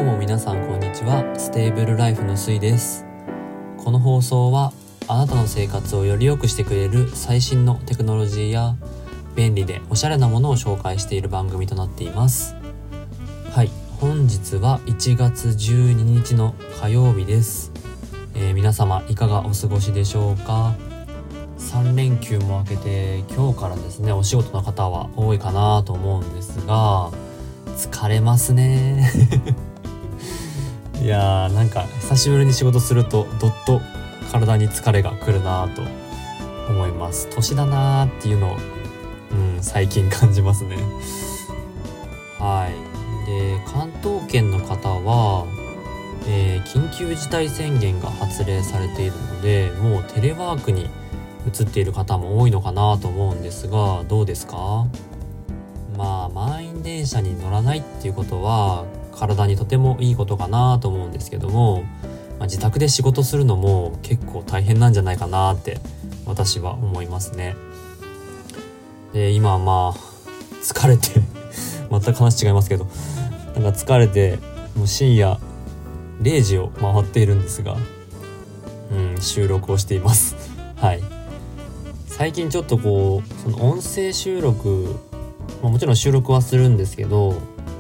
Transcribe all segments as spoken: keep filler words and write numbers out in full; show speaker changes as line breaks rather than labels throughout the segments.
どうも皆さんこんにちは。ステーブルライフのすいです。この放送はあなたの生活をより良くしてくれる最新のテクノロジーや便利でおしゃれなものを紹介している番組となっています。はい、本日はいちがつじゅうににちの火曜日です。えー、皆様いかがお過ごしでしょうか。さんれんきゅうも明けて今日からですね、お仕事の方は多いかなと思うんですが、疲れますねいやーなんか久しぶりに仕事するとどっと体に疲れが来るなと思います。年だなーっていうのを、うん、最近感じますね。はいで関東圏の方は、えー、緊急事態宣言が発令されているので、もうテレワークに移っている方も多いのかなと思うんですが、どうですか？まあ満員電車に乗らないっていうことは体にとてもいいことかなと思うんですけども、まあ、自宅で仕事するのも結構大変なんじゃないかなって私は思いますね。で今まあ疲れて全く話違いますけど、なんか疲れてもう深夜れいじを回っているんですが、うん、収録をしていますはい最近ちょっとこうその音声収録、まあ、もちろん収録はするんですけど、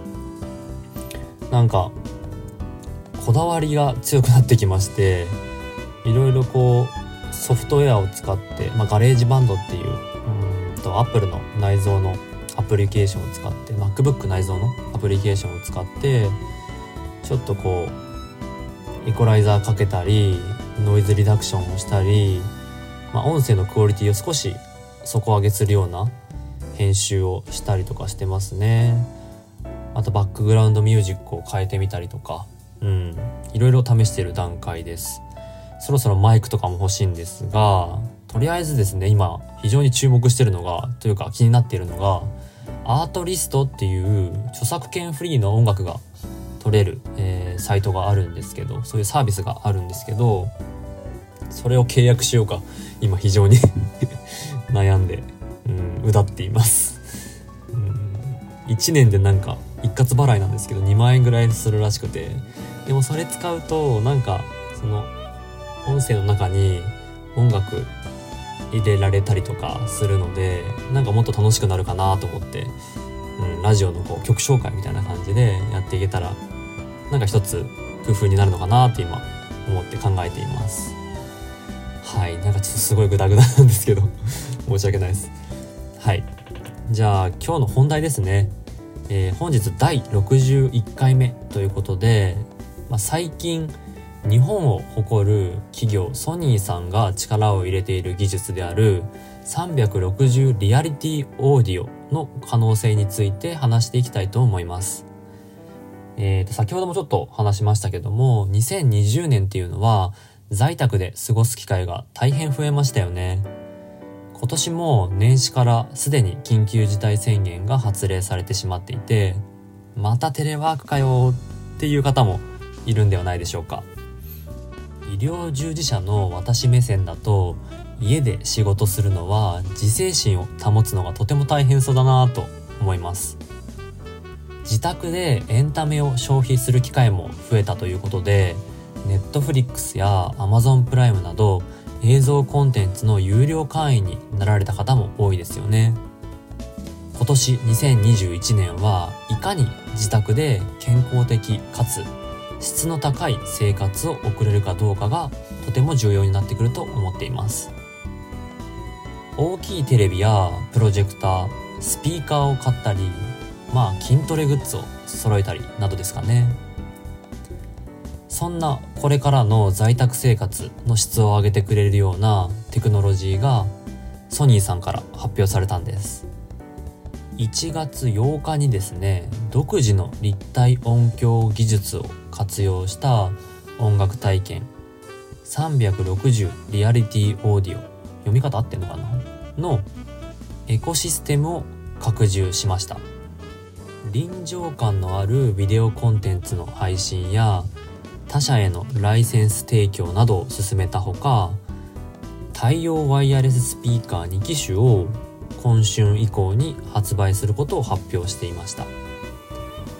なんかこだわりが強くなってきまして、いろいろこうソフトウェアを使って、まあ、ガレージバンドっていう、うーんと Apple の内蔵のアプリケーションを使って MacBook 内蔵のアプリケーションを使ってちょっとこうイコライザーかけたりノイズリダクションをしたり、まあ、音声のクオリティを少し底上げするような編集をしたりとかしてますね。あとバックグラウンドミュージックを変えてみたりとか、うん、いろいろ試している段階です。そろそろマイクとかも欲しいんですが、とりあえずですね、今非常に注目しているのがというか気になっているのがアートリストっていう著作権フリーの音楽が取れる、えー、サイトがあるんですけど、そういうサービスがあるんですけど、それを契約しようか今非常に悩んで、うん、うだっています、うん、いちねんでなんか一括払いなんですけどにまんえんぐらいするらしくて、でもそれ使うとなんかその音声の中に音楽入れられたりとかするので、なんかもっと楽しくなるかなと思って、うん、ラジオのこう曲紹介みたいな感じでやっていけたらなんか一つ工夫になるのかなって今思って考えています。はい、なんかちょっとすごいグダグダなんですけど申し訳ないです。はい、じゃあ今日の本題ですね。えー、本日だいろくじゅういっかいめということで、まあ、最近日本を誇る企業ソニーさんが力を入れている技術であるさんびゃくろくじゅうリアリティオーディオの可能性について話していきたいと思います。えーと、先ほどもちょっと話しましたけども、にせんにじゅうねんっていうのは在宅で過ごす機会が大変増えましたよね。今年も年始からすでに緊急事態宣言が発令されてしまっていて、またテレワークかよっていう方もいるんではないでしょうか。医療従事者の私目線だと、家で仕事するのは自制心を保つのがとても大変そうだなと思います。自宅でエンタメを消費する機会も増えたということで、Netflix や Amazon プライムなど映像コンテンツの有料会員になられた方も多いですよね。今年にせんにじゅういちねんはいかに自宅で健康的かつ質の高い生活を送れるかどうかがとても重要になってくると思っています。大きいテレビやプロジェクター、スピーカーを買ったり、まあ筋トレグッズを揃えたりなどですかね。そんなこれからの在宅生活の質を上げてくれるようなテクノロジーがソニーさんから発表されたんです。いちがつようかにですね、独自の立体音響技術を活用した音楽体験さんびゃくろくじゅうリアリティオーディオ、読み方合ってんのかなのエコシステムを拡充しました。臨場感のあるビデオコンテンツの配信や他社へのライセンス提供などを進めたほか、対応ワイヤレススピーカーにきしゅを今春以降に発売することを発表していました。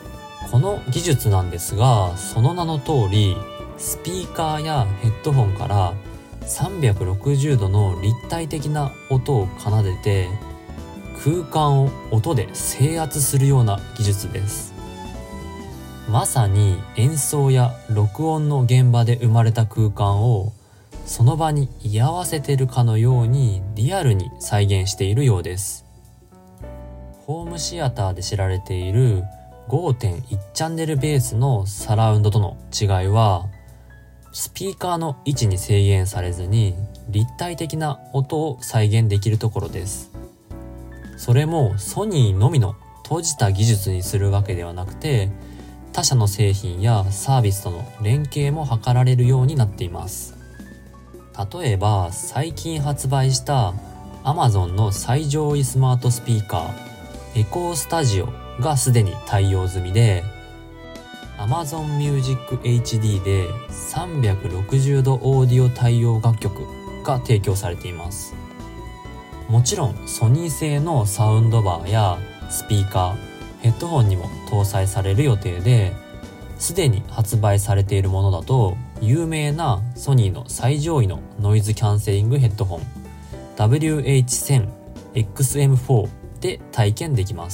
この技術なんですが、その名の通りスピーカーやヘッドホンからさんびゃくろくじゅうどの立体的な音を奏でて空間を音で制圧するような技術です。まさに演奏や録音の現場で生まれた空間をその場に居合わせているかのようにリアルに再現しているようです。ホームシアターで知られている ごてんいち チャンネルベースのサラウンドとの違いは、スピーカーの位置に制限されずに立体的な音を再現できるところです。それもソニーのみの閉じた技術にするわけではなくて、他社の製品やサービスとの連携も図られるようになっています。例えば最近発売した Amazon の最上位スマートスピーカーエコースタジオがすでに対応済みで、 Amazon Music エイチディー でさんびゃくろくじゅうどオーディオ対応楽曲が提供されています。もちろんソニー製のサウンドバーやスピーカー、ヘッドホンにも搭載される予定で、すでに発売されているものだと有名なソニーの最上位のノイズキャンセリングヘッドホン ダブリューエイチテンエックスエムフォー で体験できます。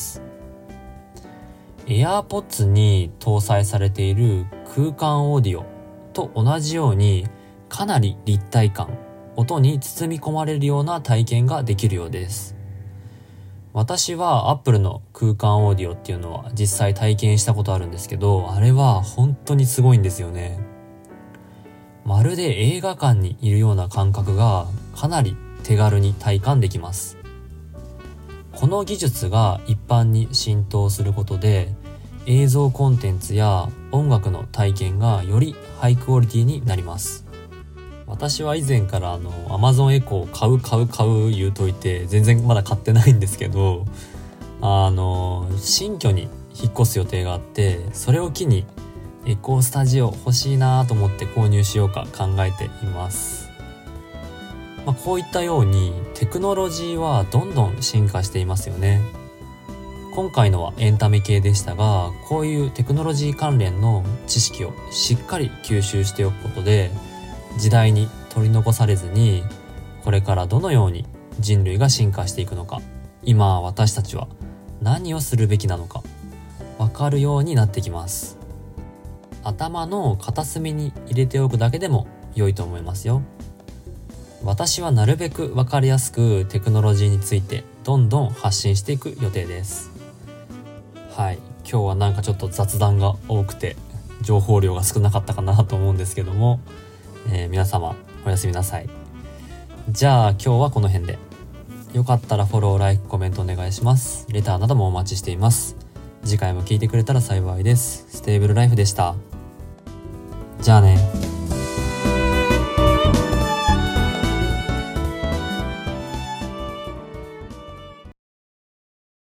AirPods に搭載されている空間オーディオと同じようにかなり立体感、音に包み込まれるような体験ができるようです。私は Apple の空間オーディオっていうのは実際体験したことあるんですけど、あれは本当にすごいんですよね。まるで映画館にいるような感覚がかなり手軽に体感できます。この技術が一般に浸透することで、映像コンテンツや音楽の体験がよりハイクオリティになります。私は以前からあの Amazon エコー買う買う買う言うといて全然まだ買ってないんですけど、あの新居に引っ越す予定があって、それを機にエコースタジオ欲しいなと思って購入しようか考えています。まあ、こういったようにテクノロジーはどんどん進化していますよね。今回のはエンタメ系でしたが、こういうテクノロジー関連の知識をしっかり吸収しておくことで時代に取り残されずに、これからどのように人類が進化していくのか、今私たちは何をするべきなのか分かるようになってきます。頭の片隅に入れておくだけでも良いと思いますよ。私はなるべく分かりやすくテクノロジーについてどんどん発信していく予定です。はい、今日はなんかちょっと雑談が多くて情報量が少なかったかなと思うんですけども、えー、皆様おやすみなさい。じゃあ今日はこの辺で。よかったらフォロー、ライク、コメントお願いします。レターなどもお待ちしています。次回も聞いてくれたら幸いです。ステーブルライフでした。じゃあね。